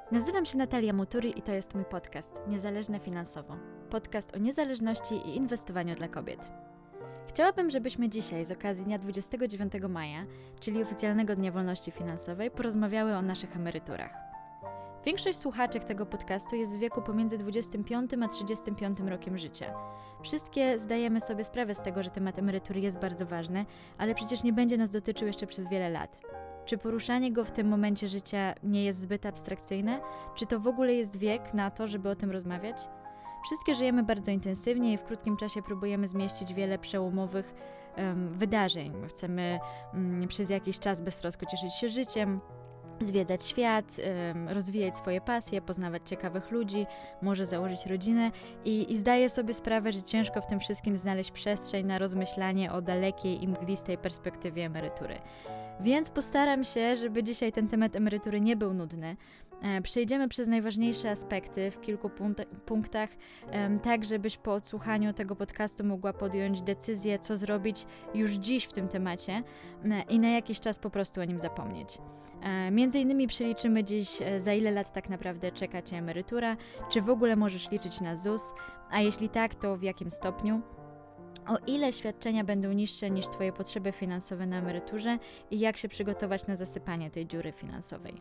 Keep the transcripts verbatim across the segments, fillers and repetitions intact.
Nazywam się Natalia Muturi i to jest mój podcast Niezależne Finansowo. Podcast o niezależności i inwestowaniu dla kobiet. Chciałabym, żebyśmy dzisiaj z okazji dnia dwudziestego dziewiątego maja, czyli oficjalnego Dnia Wolności Finansowej, porozmawiały o naszych emeryturach. Większość słuchaczek tego podcastu jest w wieku pomiędzy dwudziestym piątym a trzydziestym piątym rokiem życia. Wszystkie zdajemy sobie sprawę z tego, że temat emerytury jest bardzo ważny, ale przecież nie będzie nas dotyczył jeszcze przez wiele lat. Czy poruszanie go w tym momencie życia nie jest zbyt abstrakcyjne? Czy to w ogóle jest wiek na to, żeby o tym rozmawiać? Wszystkie żyjemy bardzo intensywnie i w krótkim czasie próbujemy zmieścić wiele przełomowych um, wydarzeń. Chcemy um, przez jakiś czas beztrosko cieszyć się życiem, zwiedzać świat, um, rozwijać swoje pasje, poznawać ciekawych ludzi, może założyć rodzinę i, i zdaję sobie sprawę, że ciężko w tym wszystkim znaleźć przestrzeń na rozmyślanie o dalekiej i mglistej perspektywie emerytury. Więc postaram się, żeby dzisiaj ten temat emerytury nie był nudny. E, przejdziemy przez najważniejsze aspekty w kilku punt- punktach, e, tak żebyś po odsłuchaniu tego podcastu mogła podjąć decyzję, co zrobić już dziś w tym temacie e, i na jakiś czas po prostu o nim zapomnieć. E, między innymi przeliczymy dziś, e, za ile lat tak naprawdę czeka Cię emerytura, czy w ogóle możesz liczyć na Z U S, a jeśli tak, to w jakim stopniu. O ile świadczenia będą niższe niż Twoje potrzeby finansowe na emeryturze i jak się przygotować na zasypanie tej dziury finansowej.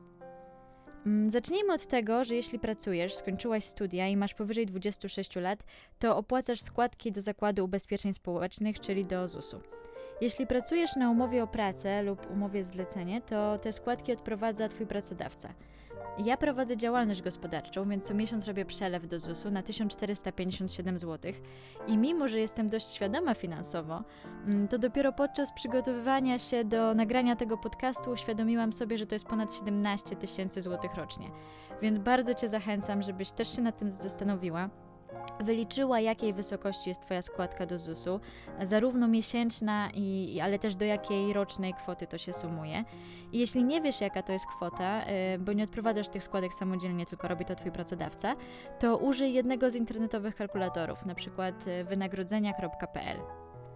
Zacznijmy od tego, że jeśli pracujesz, skończyłaś studia i masz powyżej dwudziestu sześciu lat, to opłacasz składki do Zakładu Ubezpieczeń Społecznych, czyli do Z U S-u. Jeśli pracujesz na umowie o pracę lub umowie zlecenie, to te składki odprowadza Twój pracodawca. Ja prowadzę działalność gospodarczą, więc co miesiąc robię przelew do Z U S-u na tysiąc czterysta pięćdziesiąt siedem złotych i mimo, że jestem dość świadoma finansowo, to dopiero podczas przygotowywania się do nagrania tego podcastu uświadomiłam sobie, że to jest ponad siedemnaście tysięcy złotych rocznie. Więc bardzo Cię zachęcam, żebyś też się nad tym zastanowiła, wyliczyła, jakiej wysokości jest Twoja składka do Z U S-u, zarówno miesięczna, i, ale też do jakiej rocznej kwoty to się sumuje. I jeśli nie wiesz, jaka to jest kwota, yy, bo nie odprowadzasz tych składek samodzielnie, tylko robi to Twój pracodawca, to użyj jednego z internetowych kalkulatorów, na przykład wynagrodzenia kropka pe el.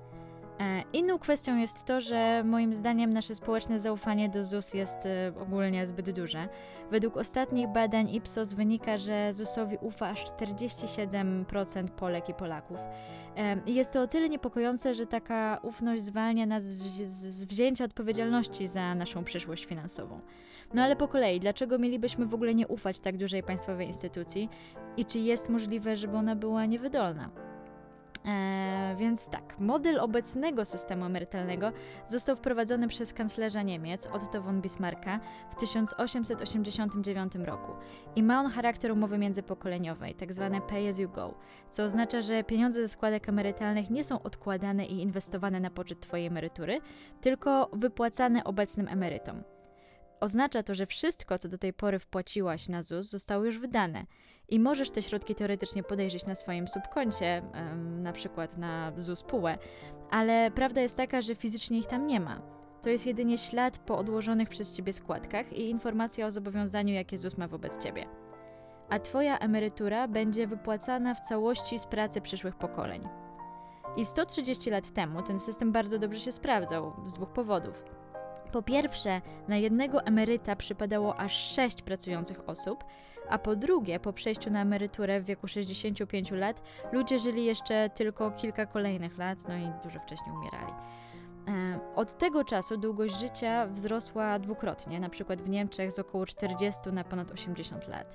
Inną kwestią jest to, że moim zdaniem nasze społeczne zaufanie do Z U S jest ogólnie zbyt duże. Według ostatnich badań Ipsos wynika, że Z U S-owi ufa aż czterdzieści siedem procent Polek i Polaków. I jest to o tyle niepokojące, że taka ufność zwalnia nas z wzięcia odpowiedzialności za naszą przyszłość finansową. No ale po kolei, dlaczego mielibyśmy w ogóle nie ufać tak dużej państwowej instytucji i czy jest możliwe, żeby ona była niewydolna? Eee, więc tak, model obecnego systemu emerytalnego został wprowadzony przez kanclerza Niemiec Otto von Bismarcka w tysiąc osiemset osiemdziesiątym dziewiątym roku i ma on charakter umowy międzypokoleniowej, tak zwane pay as you go, co oznacza, że pieniądze ze składek emerytalnych nie są odkładane i inwestowane na poczet Twojej emerytury, tylko wypłacane obecnym emerytom. Oznacza to, że wszystko, co do tej pory wpłaciłaś na Z U S, zostało już wydane i możesz te środki teoretycznie podejrzeć na swoim subkoncie, um, na przykład na Z U S P U E, ale prawda jest taka, że fizycznie ich tam nie ma. To jest jedynie ślad po odłożonych przez Ciebie składkach i informacja o zobowiązaniu, jakie Z U S ma wobec Ciebie. A Twoja emerytura będzie wypłacana w całości z pracy przyszłych pokoleń. I sto trzydzieści lat temu ten system bardzo dobrze się sprawdzał z dwóch powodów. Po pierwsze, na jednego emeryta przypadało aż sześć pracujących osób, a po drugie, po przejściu na emeryturę w wieku sześćdziesięciu pięciu lat, ludzie żyli jeszcze tylko kilka kolejnych lat, no i dużo wcześniej umierali. Od tego czasu długość życia wzrosła dwukrotnie, na przykład w Niemczech z około czterdziestu na ponad osiemdziesiąt lat.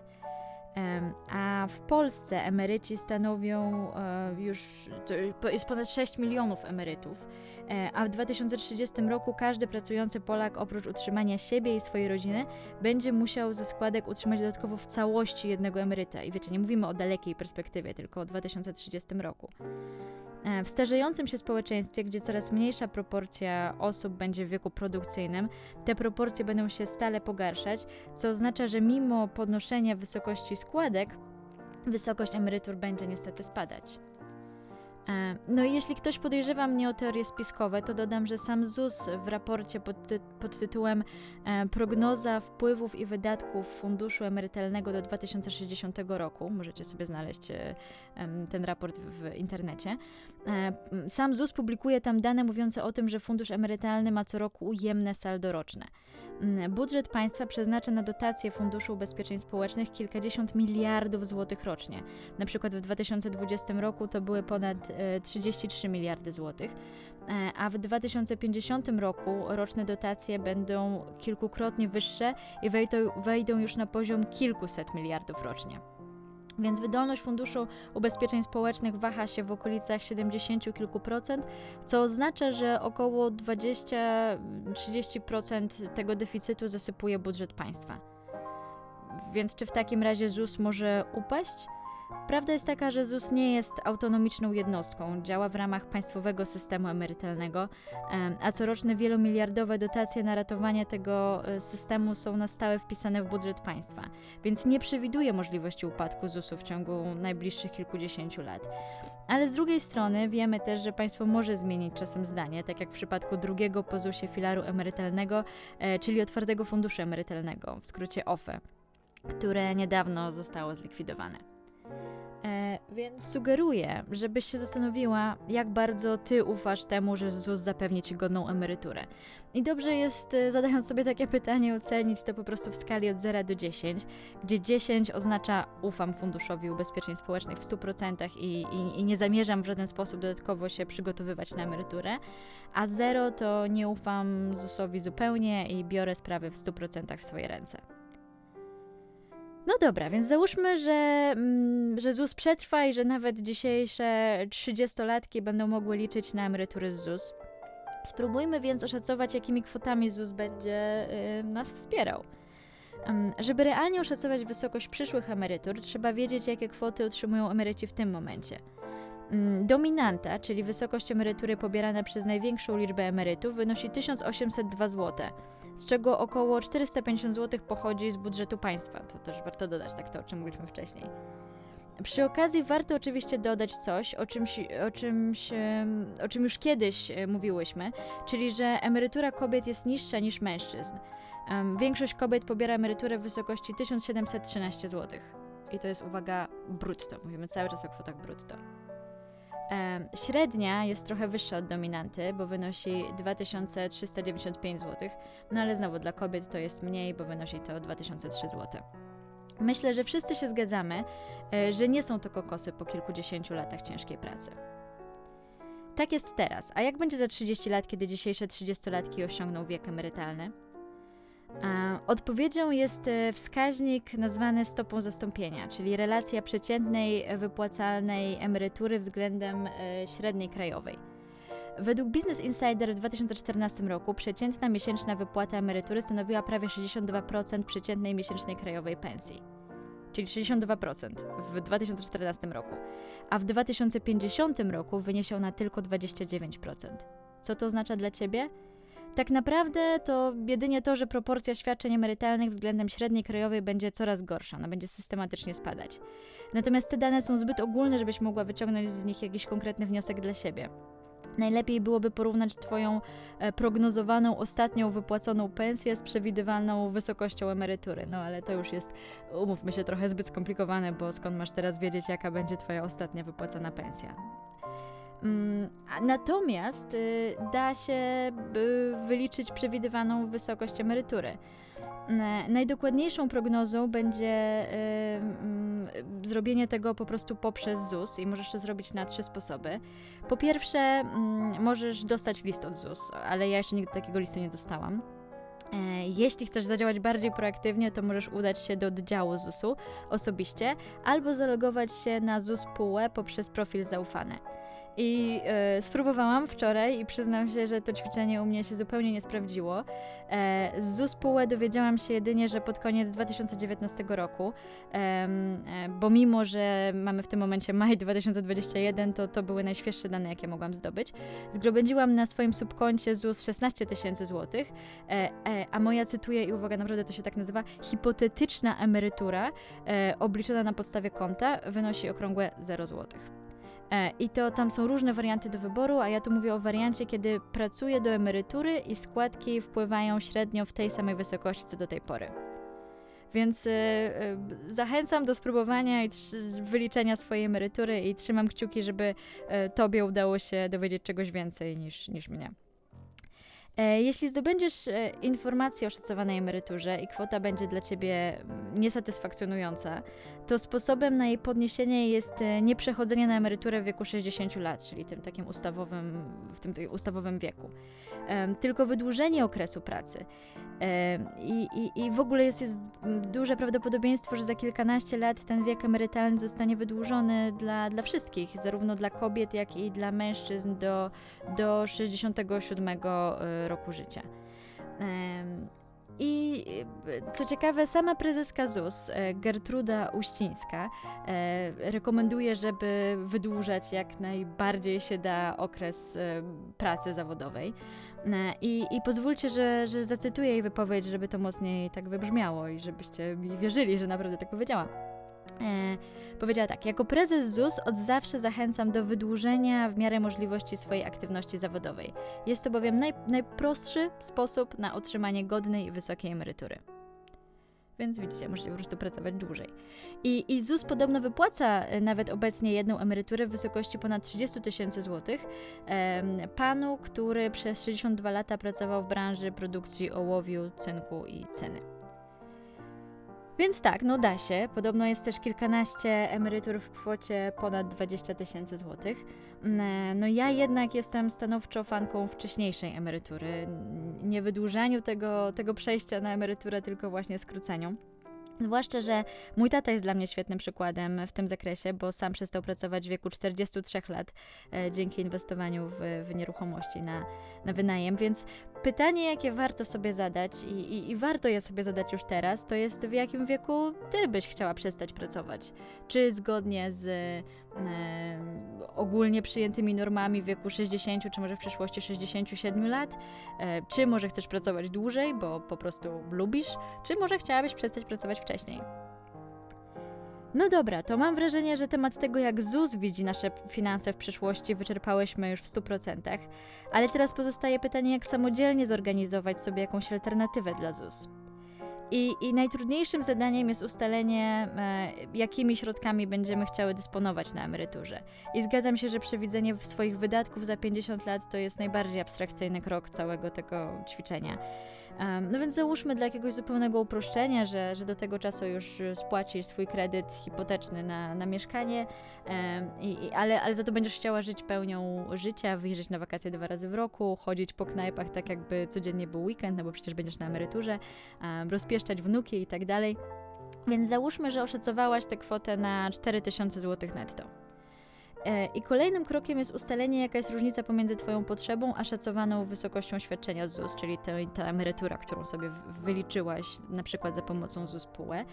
A w Polsce emeryci stanowią już, to jest ponad sześć milionów emerytów, a w dwa tysiące trzydziestym roku każdy pracujący Polak oprócz utrzymania siebie i swojej rodziny będzie musiał ze składek utrzymać dodatkowo w całości jednego emeryta. I wiecie, nie mówimy o dalekiej perspektywie, tylko o dwa tysiące trzydziestym roku. W starzejącym się społeczeństwie, gdzie coraz mniejsza proporcja osób będzie w wieku produkcyjnym, te proporcje będą się stale pogarszać, co oznacza, że mimo podnoszenia wysokości składek, wysokość emerytur będzie niestety spadać. No i jeśli ktoś podejrzewa mnie o teorie spiskowe, to dodam, że sam Z U S w raporcie pod, ty- pod tytułem e, Prognoza wpływów i wydatków Funduszu Emerytalnego do dwa tysiące sześćdziesiątego roku, możecie sobie znaleźć e, ten raport w, w internecie, Sam ZUS publikuje tam dane mówiące o tym, że fundusz emerytalny ma co roku ujemne saldo roczne. Budżet państwa przeznacza na dotacje Funduszu Ubezpieczeń Społecznych kilkadziesiąt miliardów złotych rocznie. Na przykład w dwa tysiące dwudziestym roku to były ponad trzydzieści trzy miliardy złotych, a w dwa tysiące pięćdziesiątym roku roczne dotacje będą kilkukrotnie wyższe i wejdą, wejdą już na poziom kilkuset miliardów rocznie. Więc wydolność Funduszu Ubezpieczeń Społecznych waha się w okolicach siedemdziesięciu kilku procent, co oznacza, że około dwadzieścia do trzydziestu procent tego deficytu zasypuje budżet państwa. Więc czy w takim razie ZUS może upaść? Prawda jest taka, że ZUS nie jest autonomiczną jednostką, działa w ramach państwowego systemu emerytalnego, a coroczne wielomiliardowe dotacje na ratowanie tego systemu są na stałe wpisane w budżet państwa, więc nie przewiduje możliwości upadku ZUS-u w ciągu najbliższych kilkudziesięciu lat. Ale z drugiej strony wiemy też, że państwo może zmienić czasem zdanie, tak jak w przypadku drugiego po ZUS-ie filaru emerytalnego, czyli otwartego funduszu emerytalnego, w skrócie O F E, które niedawno zostało zlikwidowane. E, więc sugeruję, żebyś się zastanowiła, jak bardzo ty ufasz temu, że ZUS zapewni ci godną emeryturę. I dobrze jest, zadając sobie takie pytanie, ocenić to po prostu w skali od zera do dziesięciu, gdzie dziesięć oznacza ufam Funduszowi Ubezpieczeń Społecznych w stu procentach i, i, i nie zamierzam w żaden sposób dodatkowo się przygotowywać na emeryturę, a zero to nie ufam ZUS-owi zupełnie i biorę sprawy w stu procentach w swoje ręce. No dobra, więc załóżmy, że, mm, że ZUS przetrwa i że nawet dzisiejsze trzydziestolatki będą mogły liczyć na emerytury z ZUS. Spróbujmy więc oszacować, jakimi kwotami ZUS będzie y, nas wspierał. Um, żeby realnie oszacować wysokość przyszłych emerytur, trzeba wiedzieć, jakie kwoty otrzymują emeryci w tym momencie. Um, dominanta, czyli wysokość emerytury pobierana przez największą liczbę emerytów, wynosi tysiąc osiemset dwa złote, z czego około czterysta pięćdziesiąt złotych pochodzi z budżetu państwa. To też warto dodać, tak to, o czym mówiliśmy wcześniej. Przy okazji warto oczywiście dodać coś, o czymś, o czymś, o czym już kiedyś mówiłyśmy, czyli że emerytura kobiet jest niższa niż mężczyzn. Większość kobiet pobiera emeryturę w wysokości tysiąc siedemset trzynaście złotych. I to jest, uwaga, brutto. Mówimy cały czas o kwotach brutto. Średnia jest trochę wyższa od dominanty, bo wynosi dwa tysiące trzysta dziewięćdziesiąt pięć złotych, no ale znowu dla kobiet to jest mniej, bo wynosi to dwa tysiące trzy złote. Myślę, że wszyscy się zgadzamy, że nie są to kokosy po kilkudziesięciu latach ciężkiej pracy. Tak jest teraz, a jak będzie za trzydzieści lat, kiedy dzisiejsze trzydziestolatki osiągną wiek emerytalny? Odpowiedzią jest wskaźnik nazwany stopą zastąpienia, czyli relacja przeciętnej wypłacalnej emerytury względem średniej krajowej. Według Business Insider w dwa tysiące czternastym roku przeciętna miesięczna wypłata emerytury stanowiła prawie sześćdziesiąt dwa procent przeciętnej miesięcznej krajowej pensji, czyli sześćdziesiąt dwa procent w dwa tysiące czternastym roku, a w dwa tysiące pięćdziesiątym roku wyniesie ona tylko dwadzieścia dziewięć procent. Co to oznacza dla Ciebie? Tak naprawdę to jedynie to, że proporcja świadczeń emerytalnych względem średniej krajowej będzie coraz gorsza, ona będzie systematycznie spadać. Natomiast te dane są zbyt ogólne, żebyś mogła wyciągnąć z nich jakiś konkretny wniosek dla siebie. Najlepiej byłoby porównać Twoją prognozowaną ostatnią wypłaconą pensję z przewidywaną wysokością emerytury. No ale to już jest, umówmy się, trochę zbyt skomplikowane, bo skąd masz teraz wiedzieć, jaka będzie Twoja ostatnia wypłacona pensja? Natomiast y, da się y, wyliczyć przewidywaną wysokość emerytury. Najdokładniejszą prognozą będzie y, y, zrobienie tego po prostu poprzez ZUS i możesz to zrobić na trzy sposoby. Po pierwsze, y, możesz dostać list od ZUS, ale ja jeszcze nigdy takiego listu nie dostałam. Jeśli chcesz zadziałać bardziej proaktywnie, to możesz udać się do oddziału zusu osobiście albo zalogować się na ZUS P U E poprzez profil zaufany. I e, spróbowałam wczoraj i przyznam się, że to ćwiczenie u mnie się zupełnie nie sprawdziło. E, z ZUS P U E dowiedziałam się jedynie, że pod koniec dwa tysiące dziewiętnastego roku, e, e, bo mimo, że mamy w tym momencie maj dwa tysiące dwudziesty pierwszy, to to były najświeższe dane, jakie mogłam zdobyć. Zgromadziłam na swoim subkoncie ZUS szesnaście tysięcy złotych, e, e, a moja, cytuję i uwaga, naprawdę to się tak nazywa, hipotetyczna emerytura e, obliczona na podstawie konta wynosi okrągłe zero złotych. I to tam są różne warianty do wyboru, a ja tu mówię o wariancie, kiedy pracuję do emerytury i składki wpływają średnio w tej samej wysokości co do tej pory. Więc y, y, zachęcam do spróbowania i tr- wyliczenia swojej emerytury i trzymam kciuki, żeby y, tobie udało się dowiedzieć czegoś więcej niż, niż mnie. Jeśli zdobędziesz informacje o szacowanej emeryturze i kwota będzie dla ciebie niesatysfakcjonująca, to sposobem na jej podniesienie jest nieprzechodzenie na emeryturę w wieku sześćdziesięciu lat, czyli tym takim ustawowym, w tym ustawowym wieku, tylko wydłużenie okresu pracy. I, i, i w ogóle jest, jest duże prawdopodobieństwo, że za kilkanaście lat ten wiek emerytalny zostanie wydłużony dla, dla wszystkich, zarówno dla kobiet, jak i dla mężczyzn do, do sześćdziesiątego siódmego roku życia. I co ciekawe, sama prezeska Z U S, Gertruda Uścińska, rekomenduje, żeby wydłużać jak najbardziej się da okres pracy zawodowej. I, i pozwólcie, że, że zacytuję jej wypowiedź, żeby to mocniej tak wybrzmiało i żebyście mi wierzyli, że naprawdę tak powiedziała. E, powiedziała tak: jako prezes Z U S od zawsze zachęcam do wydłużenia w miarę możliwości swojej aktywności zawodowej. Jest to bowiem naj, najprostszy sposób na otrzymanie godnej i wysokiej emerytury. Więc widzicie, możecie po prostu pracować dłużej. I, i Z U S podobno wypłaca nawet obecnie jedną emeryturę w wysokości ponad trzydzieści tysięcy złotych e, panu, który przez sześćdziesiąt dwa lata pracował w branży produkcji ołowiu, cynku i cyny. Więc tak, no da się. Podobno jest też kilkanaście emerytur w kwocie ponad dwadzieścia tysięcy złotych. No ja jednak jestem stanowczo fanką wcześniejszej emerytury. Nie wydłużaniu tego, tego przejścia na emeryturę, tylko właśnie skróceniu. Zwłaszcza, że mój tata jest dla mnie świetnym przykładem w tym zakresie, bo sam przestał pracować w wieku czterdziestu trzech lat e, dzięki inwestowaniu w, w nieruchomości na, na wynajem, więc pytanie, jakie warto sobie zadać i, i, i warto je sobie zadać już teraz, to jest, w jakim wieku ty byś chciała przestać pracować. Czy zgodnie z e, ogólnie przyjętymi normami w wieku sześćdziesięciu, czy może w przyszłości sześćdziesięciu siedmiu lat, e, czy może chcesz pracować dłużej, bo po prostu lubisz, czy może chciałabyś przestać pracować wcześniej. No dobra, to mam wrażenie, że temat tego, jak Z U S widzi nasze finanse w przyszłości, wyczerpałyśmy już w stu procentach, ale teraz pozostaje pytanie, jak samodzielnie zorganizować sobie jakąś alternatywę dla Z U S. I, i najtrudniejszym zadaniem jest ustalenie, e, jakimi środkami będziemy chciały dysponować na emeryturze. I zgadzam się, że przewidzenie swoich wydatków za pięćdziesiąt lat to jest najbardziej abstrakcyjny krok całego tego ćwiczenia. Um, no więc załóżmy dla jakiegoś zupełnego uproszczenia, że, że do tego czasu już spłacisz swój kredyt hipoteczny na, na mieszkanie, um, i, i, ale, ale za to będziesz chciała żyć pełnią życia, wyjeżdżać na wakacje dwa razy w roku, chodzić po knajpach tak jakby codziennie był weekend, no bo przecież będziesz na emeryturze, um, rozpieszczać wnuki i tak dalej. Więc załóżmy, że oszacowałaś tę kwotę na cztery tysiące złotych netto. I kolejnym krokiem jest ustalenie, jaka jest różnica pomiędzy twoją potrzebą a szacowaną wysokością świadczenia z Z U S, czyli te, ta emerytura, którą sobie wyliczyłaś, na przykład za pomocą Z U S P U E.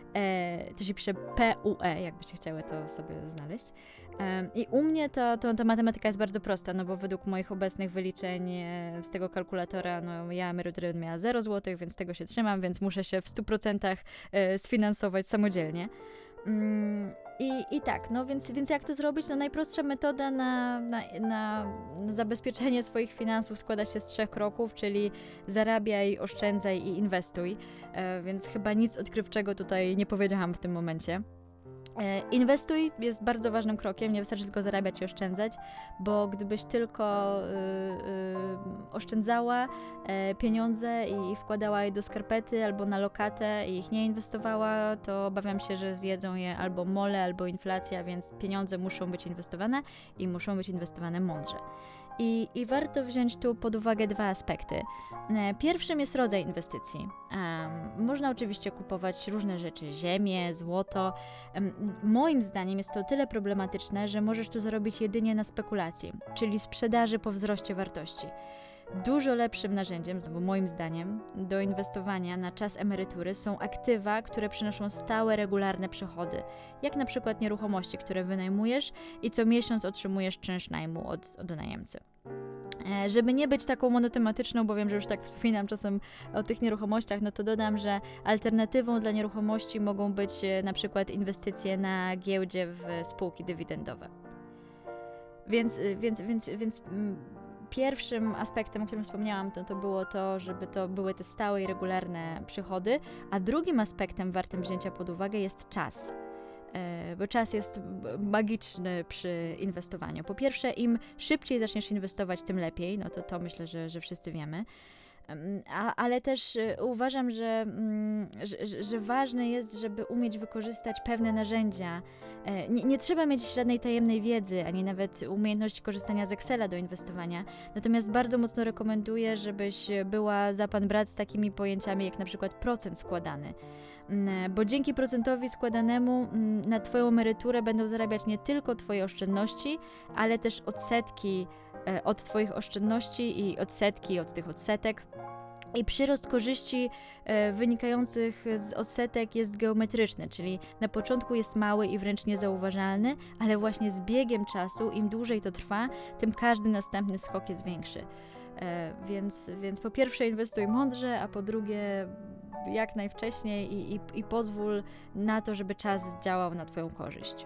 E, to się pisze P U E, jakbyście chciały to sobie znaleźć. E, I u mnie to, to, ta matematyka jest bardzo prosta, no bo według moich obecnych wyliczeń e, z tego kalkulatora, no ja emeryturę miała zero złotych, więc tego się trzymam, więc muszę się w stu procentach e, sfinansować samodzielnie. Mm, I, I tak, no więc, więc jak to zrobić? No najprostsza metoda na, na, na zabezpieczenie swoich finansów składa się z trzech kroków, czyli zarabiaj, oszczędzaj i inwestuj, e, więc chyba nic odkrywczego tutaj nie powiedziałam w tym momencie. E, inwestuj jest bardzo ważnym krokiem, nie wystarczy tylko zarabiać i oszczędzać, bo gdybyś tylko y, y, oszczędzała e, pieniądze i, i wkładała je do skarpety albo na lokatę i ich nie inwestowała, to obawiam się, że zjedzą je albo mole, albo inflacja, więc pieniądze muszą być inwestowane i muszą być inwestowane mądrze. I, I warto wziąć tu pod uwagę dwa aspekty. Pierwszym jest rodzaj inwestycji. Um, można oczywiście kupować różne rzeczy, ziemię, złoto. Um, moim zdaniem jest to o tyle problematyczne, że możesz tu zarobić jedynie na spekulacji, czyli sprzedaży po wzroście wartości. Dużo lepszym narzędziem, znowu moim zdaniem, do inwestowania na czas emerytury są aktywa, które przynoszą stałe, regularne przychody, jak na przykład nieruchomości, które wynajmujesz i co miesiąc otrzymujesz czynsz najmu od, od najemcy. E, żeby nie być taką monotematyczną, bo wiem, że już tak wspominam czasem o tych nieruchomościach, no to dodam, że alternatywą dla nieruchomości mogą być e, na przykład inwestycje na giełdzie w spółki dywidendowe. Więc, więc, więc, więc pierwszym aspektem, o którym wspomniałam, to, to było to, żeby to były te stałe i regularne przychody, a drugim aspektem wartym wzięcia pod uwagę jest czas. Bo czas jest magiczny przy inwestowaniu. Po pierwsze, im szybciej zaczniesz inwestować, tym lepiej. No to to myślę, że, że wszyscy wiemy. A, ale też uważam, że, że, że ważne jest, żeby umieć wykorzystać pewne narzędzia. Nie, nie trzeba mieć żadnej tajemnej wiedzy, ani nawet umiejętności korzystania z Excela do inwestowania. Natomiast bardzo mocno rekomenduję, żebyś była za pan brat z takimi pojęciami jak na przykład procent składany. Bo dzięki procentowi składanemu na Twoją emeryturę będą zarabiać nie tylko Twoje oszczędności, ale też odsetki od Twoich oszczędności i odsetki od tych odsetek. I przyrost korzyści e, wynikających z odsetek jest geometryczny, czyli na początku jest mały i wręcz niezauważalny, ale właśnie z biegiem czasu, im dłużej to trwa, tym każdy następny skok jest większy. E, więc, więc po pierwsze inwestuj mądrze, a po drugie jak najwcześniej i, i, i pozwól na to, żeby czas działał na Twoją korzyść.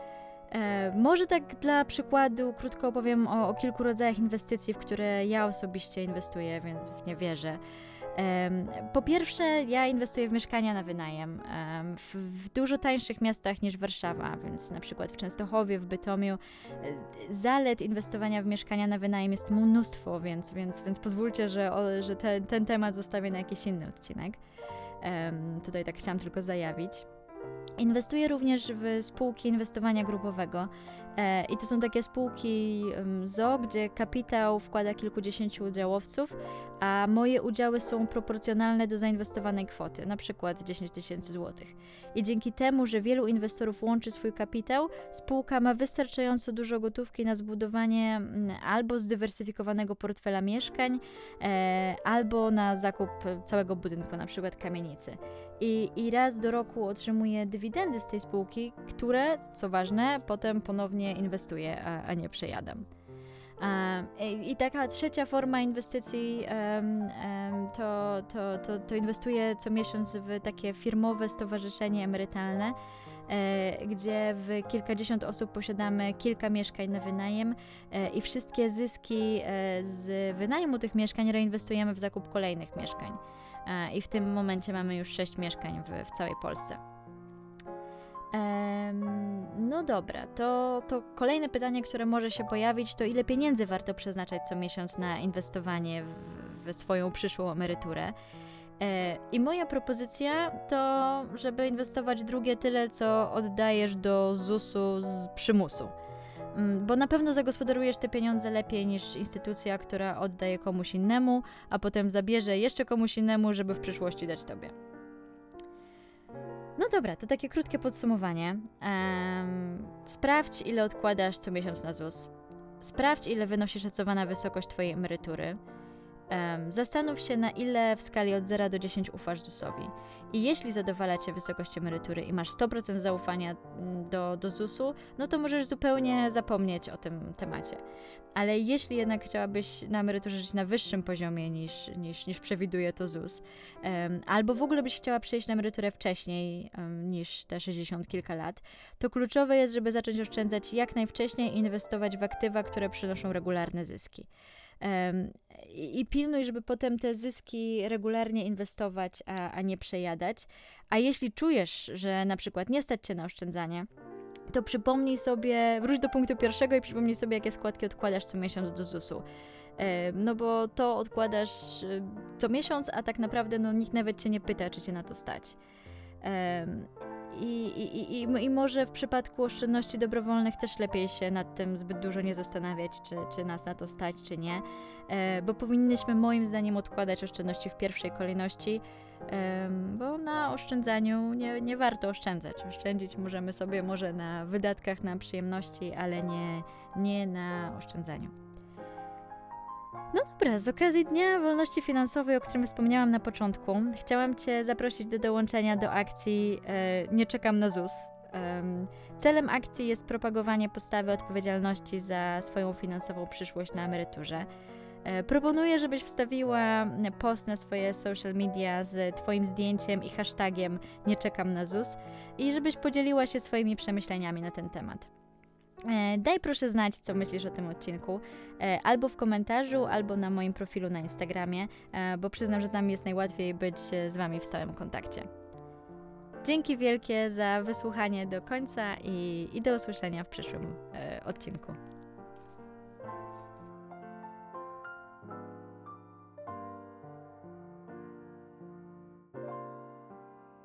E, może tak dla przykładu krótko opowiem o, o kilku rodzajach inwestycji, w które ja osobiście inwestuję, więc w nie wierzę. E, po pierwsze, ja inwestuję w mieszkania na wynajem e, w, w dużo tańszych miastach niż Warszawa, więc na przykład w Częstochowie, w Bytomiu. E, zalet inwestowania w mieszkania na wynajem jest mnóstwo, więc, więc, więc pozwólcie, że, o, że te, ten temat zostawię na jakiś inny odcinek. E, tutaj tak chciałam tylko zajawić. Inwestuję również w spółki inwestowania grupowego e, i to są takie spółki um, z o o, gdzie kapitał wkłada kilkudziesięciu udziałowców, a moje udziały są proporcjonalne do zainwestowanej kwoty, na przykład dziesięć tysięcy złotych. I dzięki temu, że wielu inwestorów łączy swój kapitał, spółka ma wystarczająco dużo gotówki na zbudowanie m, albo zdywersyfikowanego portfela mieszkań, e, albo na zakup całego budynku, na przykład kamienicy. I, I raz do roku otrzymuję dywidendy z tej spółki, które, co ważne, potem ponownie inwestuję, a, a nie przejadam. Um, i, I taka trzecia forma inwestycji um, um, to, to, to, to inwestuję co miesiąc w takie firmowe stowarzyszenie emerytalne, e, gdzie w kilkadziesiąt osób posiadamy kilka mieszkań na wynajem e, i wszystkie zyski e, z wynajmu tych mieszkań reinwestujemy w zakup kolejnych mieszkań. I w tym momencie mamy już sześć mieszkań w, w całej Polsce. Ehm, no dobra, to, to kolejne pytanie, które może się pojawić, to ile pieniędzy warto przeznaczać co miesiąc na inwestowanie w, w swoją przyszłą emeryturę. E, I moja propozycja to, żeby inwestować drugie tyle, co oddajesz do zusu z przymusu. Bo na pewno zagospodarujesz te pieniądze lepiej niż instytucja, która oddaje komuś innemu, a potem zabierze jeszcze komuś innemu, żeby w przyszłości dać tobie. No dobra, to takie krótkie podsumowanie. Um, sprawdź, ile odkładasz co miesiąc na ZUS. Sprawdź, ile wynosi szacowana wysokość twojej emerytury. Um, zastanów się, na ile w skali od zera do dziesięciu ufasz zusowi. I jeśli zadowala cię wysokość emerytury i masz sto procent zaufania do, do zusu, no to możesz zupełnie zapomnieć o tym temacie. Ale jeśli jednak chciałabyś na emeryturze żyć na wyższym poziomie niż, niż, niż przewiduje to ZUS, um, albo w ogóle byś chciała przejść na emeryturę wcześniej um, niż te sześćdziesiąt kilka lat, to kluczowe jest, żeby zacząć oszczędzać jak najwcześniej i inwestować w aktywa, które przynoszą regularne zyski. Um, i, I pilnuj, żeby potem te zyski regularnie inwestować, a, a nie przejadać. A jeśli czujesz, że na przykład nie stać cię na oszczędzanie, to przypomnij sobie, wróć do punktu pierwszego i przypomnij sobie, jakie składki odkładasz co miesiąc do zusu. Um, no bo to odkładasz um, co miesiąc, a tak naprawdę no, nikt nawet cię nie pyta, czy cię na to stać. Um, I, i, i, I może w przypadku oszczędności dobrowolnych też lepiej się nad tym zbyt dużo nie zastanawiać, czy, czy nas na to stać, czy nie, e, bo powinnyśmy moim zdaniem odkładać oszczędności w pierwszej kolejności, e, bo na oszczędzaniu nie, nie warto oszczędzać. Oszczędzić możemy sobie może na wydatkach, na przyjemności, ale nie, nie na oszczędzaniu. No dobra, z okazji Dnia Wolności Finansowej, o którym wspomniałam na początku, chciałam Cię zaprosić do dołączenia do akcji e, Nie czekam na ZUS. Um, celem akcji jest propagowanie postawy odpowiedzialności za swoją finansową przyszłość na emeryturze. E, proponuję, żebyś wstawiła post na swoje social media z Twoim zdjęciem i hashtagiem Nie czekam na ZUS i żebyś podzieliła się swoimi przemyśleniami na ten temat. Daj proszę znać, co myślisz o tym odcinku, albo w komentarzu, albo na moim profilu na Instagramie, bo przyznam, że tam jest najłatwiej być z Wami w stałym kontakcie. Dzięki wielkie za wysłuchanie do końca i, i do usłyszenia w przyszłym odcinku.